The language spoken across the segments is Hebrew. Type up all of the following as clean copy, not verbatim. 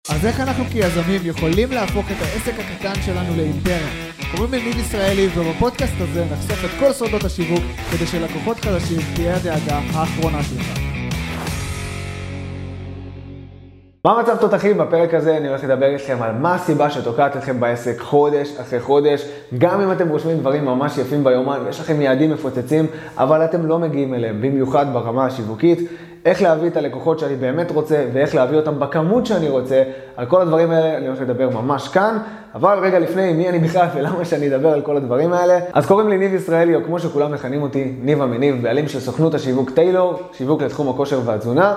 אז איך אנחנו כיזמים יכולים להפוך את העסק הקטן שלנו לאימפריה? קוראים לי ניב ישראלי, ובפודקאסט הזה נחשוף את כל סודות השיווק כדי שלקוחות חדשים תהיה הדאגה האחרונה שלך. מה המצב תותחים? בפרק הזה אני הולך לדבר איתכם על מה הסיבה שתוקעת אתכם בעסק חודש אחרי חודש, גם אם אתם רושמים דברים ממש יפים ביומן ויש לכם יעדים מפוצצים, אבל אתם לא מגיעים אליהם, במיוחד ברמה השיווקית. איך להביא את הלקוחות שאני באמת רוצה ואיך להביא אותם בכמות שאני רוצה. על כל הדברים האלה אני הולך לדבר ממש כאן. אבל רגע לפני, מי אני בכלל ולמה שאני אדבר על כל הדברים האלה? אז קוראים לי ניב ישראלי, או כמו שכולם מכנים אותי, ניב המניב, בעלים של סוכנות השיווק טיילור, שיווק לתחום הכושר והתזונה,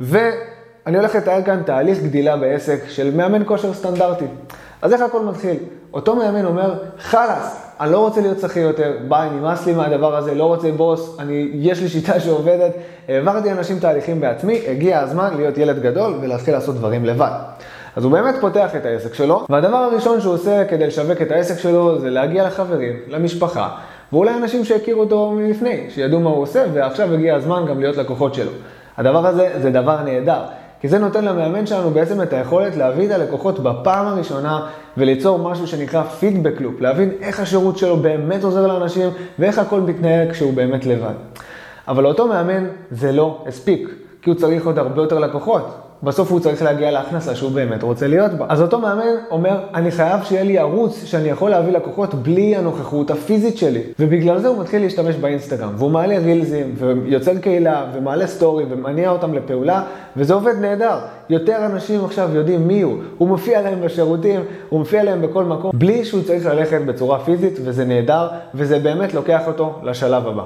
ואני הולך לתאר כאן תהליך גדילה בעסק של מאמן כושר סטנדרטי. אז איך הכל מתחיל? אותו מאמן אומר, חלאס, אני לא רוצה להיות שכיר יותר, ביי, נמאס לי מהדבר הזה, לא רוצה בוס, יש לי שיטה שעובדת, העברתי אנשים תהליכים בעצמי, הגיע הזמן להיות ילד גדול ולהתחיל לעשות דברים לבד. אז הוא באמת פותח את העסק שלו, והדבר הראשון שהוא עושה כדי לשווק את העסק שלו זה להגיע לחברים, למשפחה, ואולי אנשים שהכירו אותו מלפני, שידעו מה הוא עושה, ועכשיו הגיע הזמן גם להיות לקוחות שלו. הדבר הזה זה דבר נהדר. כי זה נותן למאמן שלנו בעצם את היכולת להביא את הלקוחות בפעם הראשונה וליצור משהו שנקרא פידבק לופ, להבין איך השירות שלו באמת עוזר לאנשים ואיך הכל מתנהל כשהוא באמת לבד. אבל לאותו מאמן זה לא הספיק, כי הוא צריך עוד הרבה יותר לקוחות. בסוף הוא צריך להגיע להכנסה שהוא באמת רוצה להיות בה. אז אותו מאמן אומר, אני חייב שיהיה לי ערוץ שאני יכול להביא לקוחות בלי הנוכחות הפיזית שלי. ובגלל זה הוא מתחיל להשתמש באינסטגרם, והוא מעלה רילזים, ויוצר קהילה, ומעלה סטורי, ומניע אותם לפעולה, וזה עובד נהדר. יותר אנשים עכשיו יודעים מי הוא. הוא מופיע להם בשירותים, הוא מופיע להם בכל מקום, בלי שהוא צריך ללכת בצורה פיזית, וזה נהדר, וזה באמת לוקח אותו לשלב הבא.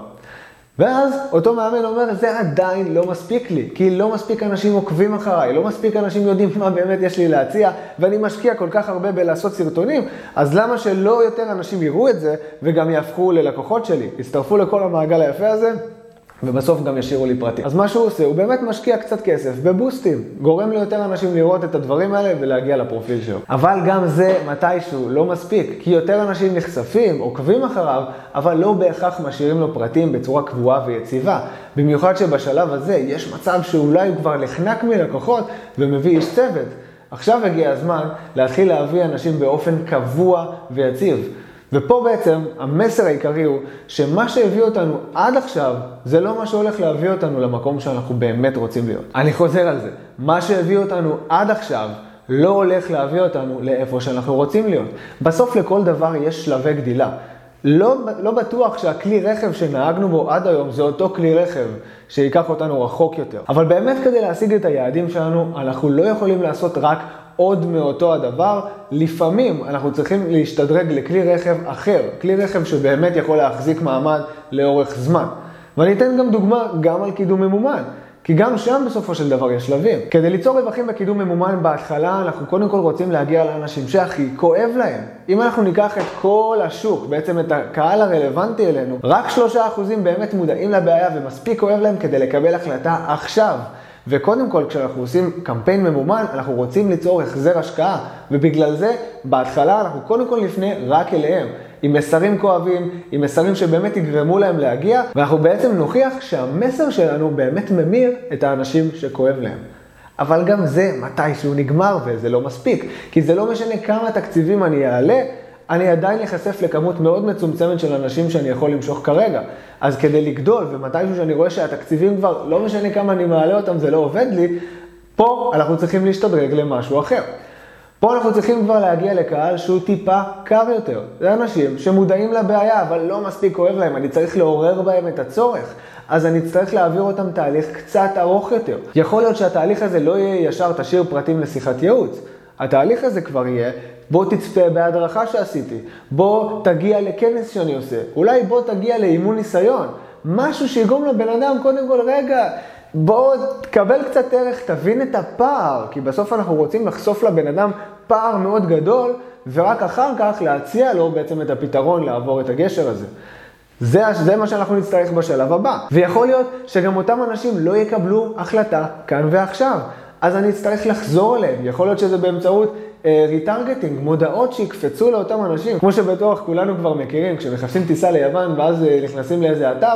ואז אותו מאמן אומר, זה עדיין לא מספיק לי, כי לא מספיק אנשים עוקבים אחריי, לא מספיק אנשים יודעים מה באמת יש לי להציע, ואני משקיע כל כך הרבה בלעשות סרטונים, אז למה שלא יותר אנשים יראו את זה, וגם יהפכו ללקוחות שלי, יצטרפו לכל המעגל היפה הזה, ובסוף גם ישירו לי פרטים. אז מה שהוא עושה, הוא באמת משקיע קצת כסף בבוסטים, גורם ליותר אנשים לראות את הדברים האלה ולהגיע לפרופיל שלו. אבל גם זה מתישהו לא מספיק, כי יותר אנשים נחשפים, עוקבים אחריו, אבל לא בהכרח משאירים לו פרטים בצורה קבועה ויציבה. במיוחד שבשלב הזה יש מצב שאולי הוא כבר נחנק מלקוחות ומביא איש צוות. עכשיו הגיע הזמן להתחיל להביא אנשים באופן קבוע ויציב. ופה בעצם המסר העיקרי הוא שמה שהביא אותנו עד עכשיו זה לא מה שהולך להביא אותנו למקום שאנחנו באמת רוצים להיות. אני חוזר על זה. מה שהביא אותנו עד עכשיו לא הולך להביא אותנו לאיפה שאנחנו רוצים להיות. בסוף לכל דבר יש שלבי גדילה. לא בטוח שהכלי רכב שנהגנו בו עד היום זה אותו כלי רכב שיקח אותנו רחוק יותר. אבל באמת כדי להשיג את היעדים שלנו אנחנו לא יכולים לעשות רק עוד מאותו הדבר. לפעמים אנחנו צריכים להשתדרג לכלי רכב אחר, כלי רכב שבאמת יכול להחזיק מעמד לאורך זמן. ואני אתן גם דוגמה גם על קידום ממומן, כי גם שם בסופו של דבר יש שלבים. כדי ליצור רווחים בקידום ממומן בהתחלה, אנחנו קודם כל רוצים להגיע לאנשים שהכי כואב להם. אם אנחנו ניקח את כל השוק, בעצם את הקהל הרלוונטי אלינו, רק 3% באמת מודעים לבעיה ומספיק כואב להם כדי לקבל החלטה עכשיו. וקודם כל, כשאנחנו עושים קמפיין ממומן, אנחנו רוצים ליצור החזר השקעה, ובגלל זה, בהתחלה אנחנו קודם כל נפנה רק אליהם, עם מסרים כואבים, עם מסרים שבאמת יגרמו להם להגיע, ואנחנו בעצם נוכיח שהמסר שלנו באמת ממיר את האנשים שכואב להם. אבל גם זה מתישהו נגמר וזה לא מספיק, כי זה לא משנה כמה תקציבים אני אעלה, אני עדיין אחשף לכמות מאוד מצומצמת של אנשים שאני יכול למשוך כרגע. אז כדי לגדול, ומתישהו שאני רואה שהתקציבים כבר לא משנה כמה אני מעלה אותם, זה לא עובד לי, פה אנחנו צריכים להשתדרג למשהו אחר. פה אנחנו צריכים כבר להגיע לקהל שהוא טיפה קר יותר. זה אנשים שמודעים לבעיה, אבל לא מספיק כואב להם, אני צריך לעורר בהם את הצורך. אז אני צריך להעביר אותם תהליך קצת ארוך יותר. יכול להיות שהתהליך הזה לא יהיה ישר תשאיר פרטים לשיחת ייעוץ. התהליך הזה כבר יהיה, בוא תצפה בהדרכה שעשיתי, בוא תגיע לכנס שאני עושה, אולי בוא תגיע לאימון ניסיון, משהו שיגרום לבן אדם קודם כל רגע, בוא תקבל קצת ערך, תבין את הפער, כי בסוף אנחנו רוצים לחשוף לבן אדם פער מאוד גדול, ורק אחר כך להציע לו בעצם את הפתרון לעבור את הגשר הזה. זה מה שאנחנו נצטרך בשלב הבא. ויכול להיות שגם אותם אנשים לא יקבלו החלטה כאן ועכשיו. אז אני אצטרך לחזור אליהם. יכול להיות שזה באמצעות ריטרגטינג, מודעות שיקפצו לאותם אנשים. כמו שבטוח כולנו כבר מכירים, כשמחפשים טיסה ליוון ואז נכנסים לאיזה אתר,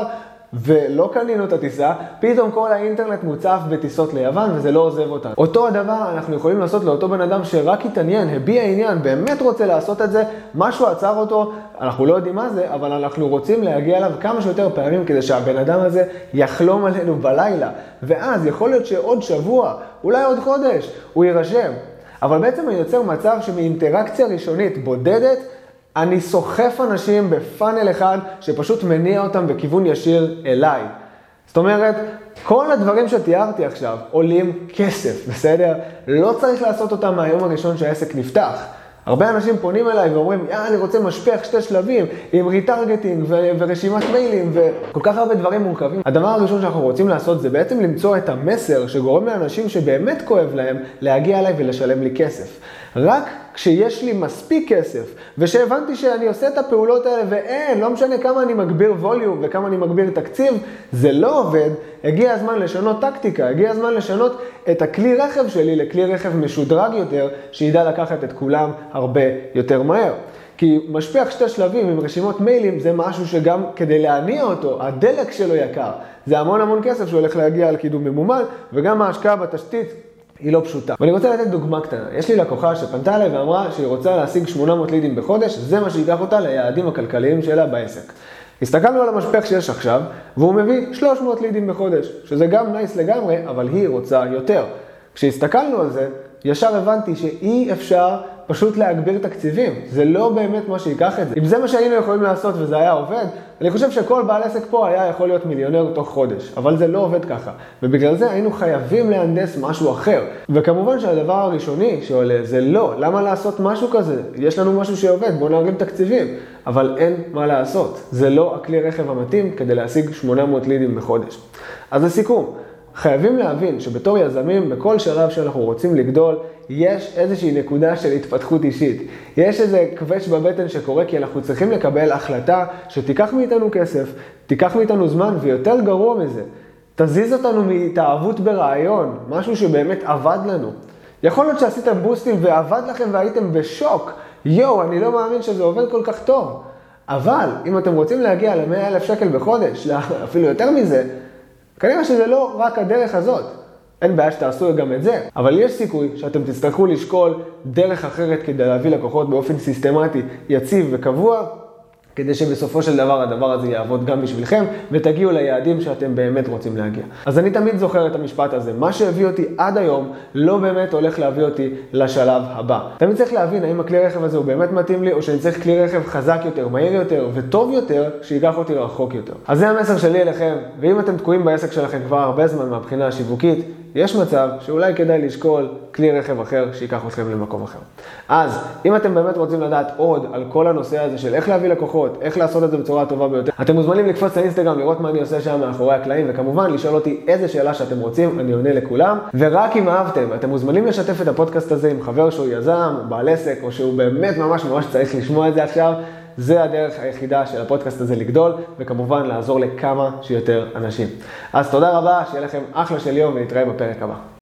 ולא קנינו את הטיסה, פתאום כל האינטרנט מוצף בטיסות ליוון וזה לא עוזב אותנו. אותו הדבר אנחנו יכולים לעשות לאותו בן אדם שרק התעניין, הביע עניין, באמת רוצה לעשות את זה, משהו עצר אותו, אנחנו לא יודעים מה זה, אבל אנחנו רוצים להגיע אליו כמה שיותר פעמים כדי שהבן אדם הזה יחלום עלינו בלילה, ואז יכול להיות שעוד שבוע, אולי עוד חודש, הוא יירשם. אבל בעצם אני יוצר מצב שמאינטראקציה ראשונית בודדת, אני סוחף אנשים בפאנל אחד שפשוט מניע אותם בכיוון ישיר אליי. זאת אומרת, כל הדברים שתיארתי עכשיו עולים כסף, בסדר? לא צריך לעשות אותם מהיום הראשון שהעסק נפתח. הרבה אנשים פונים אליי ואומרים, אני רוצה משפך 2 שלבים עם ריטרגטינג ורשימת מיילים וכל כך הרבה דברים מורכבים. הדבר הראשון שאנחנו רוצים לעשות זה בעצם למצוא את המסר שגורם לאנשים שבאמת כואב להם להגיע אליי ולשלם לי כסף. רק כשיש לי מספיק כסף ושהבנתי שאני עושה את הפעולות האלה ואין, לא משנה כמה אני מגביר ווליום וכמה אני מגביר תקציב, זה לא עובד, הגיע הזמן לשנות טקטיקה, הגיע הזמן לשנות את הכלי רכב שלי לכלי רכב משודרג יותר, שידע לקחת את כולם הרבה יותר מהר. כי משפיח 2 שלבים עם רשימות מיילים זה משהו שגם כדי להניע אותו, הדלק שלו יקר. זה המון כסף שהולך להגיע על קידום ממומן, וגם ההשקעה בתשתית היא לא פשוטה. ואני רוצה לתת דוגמה קטנה. יש לי לקוחה שפנתה אליי ואמרה שהיא רוצה להשיג 800 לידים בחודש, זה מה שיקח אותה ליעדים הכלכליים שלה בעסק. הסתכלנו על המשפך שיש עכשיו, והוא מביא 300 לידים בחודש, שזה גם נייס לגמרי, אבל היא רוצה יותר. כשהסתכלנו על זה, ישר הבנתי שאי אפשר פשוט להגביר תקציבים. זה לא באמת מה שיקח את זה. אם זה מה שהיינו יכולים לעשות וזה היה עובד, אני חושב שכל בעל עסק פה היה יכול להיות מיליונר תוך חודש, אבל זה לא עובד ככה. ובגלל זה היינו חייבים להנדס משהו אחר. וכמובן שהדבר הראשוני שעולה זה לא. למה לעשות משהו כזה? יש לנו משהו שעובד, בואו נארגן תקציבים. אבל אין מה לעשות. זה לא הכלי רכב המתאים כדי להשיג 800 לידים בחודש. אז לסיכום, חייבים להבין שבתור יזמים, בכל שלב שאנחנו רוצים לגדול, יש איזושהי נקודה של התפתחות אישית. יש איזה כבש בבטן שקורה כי אנחנו צריכים לקבל החלטה שתיקח מאיתנו כסף, תיקח מאיתנו זמן, ויותר גרוע מזה, תזיז אותנו מהתאהבות ברעיון, משהו שבאמת עבד לנו. יכול להיות שעשיתם בוסטים ועבד לכם והייתם בשוק. אני לא מאמין שזה עובד כל כך טוב. אבל אם אתם רוצים להגיע ל100,000 שקל בחודש, אפילו יותר מזה, כנראה שזה לא רק הדרך הזאת. אין בעיה שתעשו גם את זה, אבל יש סיכוי שאתם תצטרכו לשקול דרך אחרת כדי להביא לקוחות באופן סיסטמטי, יציב וקבוע, כדי שבסופו של דבר הדבר הזה יעבוד גם בשבילכם, ותגיעו ליעדים שאתם באמת רוצים להגיע. אז אני תמיד זוכר את המשפט הזה, מה שהביא אותי עד היום, לא באמת הולך להביא אותי לשלב הבא. תמיד צריך להבין האם הכלי רכב הזה הוא באמת מתאים לי, או שאני צריך כלי רכב חזק יותר, מהיר יותר וטוב יותר, שייקח אותי רחוק יותר. אז זה המסר שלי אליכם, ואם אתם תקועים בעסק שלכם כבר הרבה זמן מהבחינה השיווקית, יש מצב שאולי כדאי לשקול כלי רכב אחר שיקח אתכם למקום אחר. אז אם אתם באמת רוצים לדעת עוד על כל הנושא הזה של איך להביא לקוחות, איך לעשות את זה בצורה הטובה ביותר, אתם מוזמנים לקפוץ לאינסטגרם, לראות מה אני עושה שם מאחורי הקלעים, וכמובן לשאול אותי איזה שאלה שאתם רוצים, אני עונה לכולם. ורק אם אהבתם, אתם מוזמנים לשתף את הפודקאסט הזה עם חבר שהוא יזם, בעל עסק, או שהוא באמת ממש צריך לשמוע את זה עכשיו. זה הדרך היחידה של הפודקאסט הזה לגדול, וכמובן לעזור לכמה שיותר אנשים. אז תודה רבה, שיהיה לכם אחלה של יום, ונתראה בפרק הבא.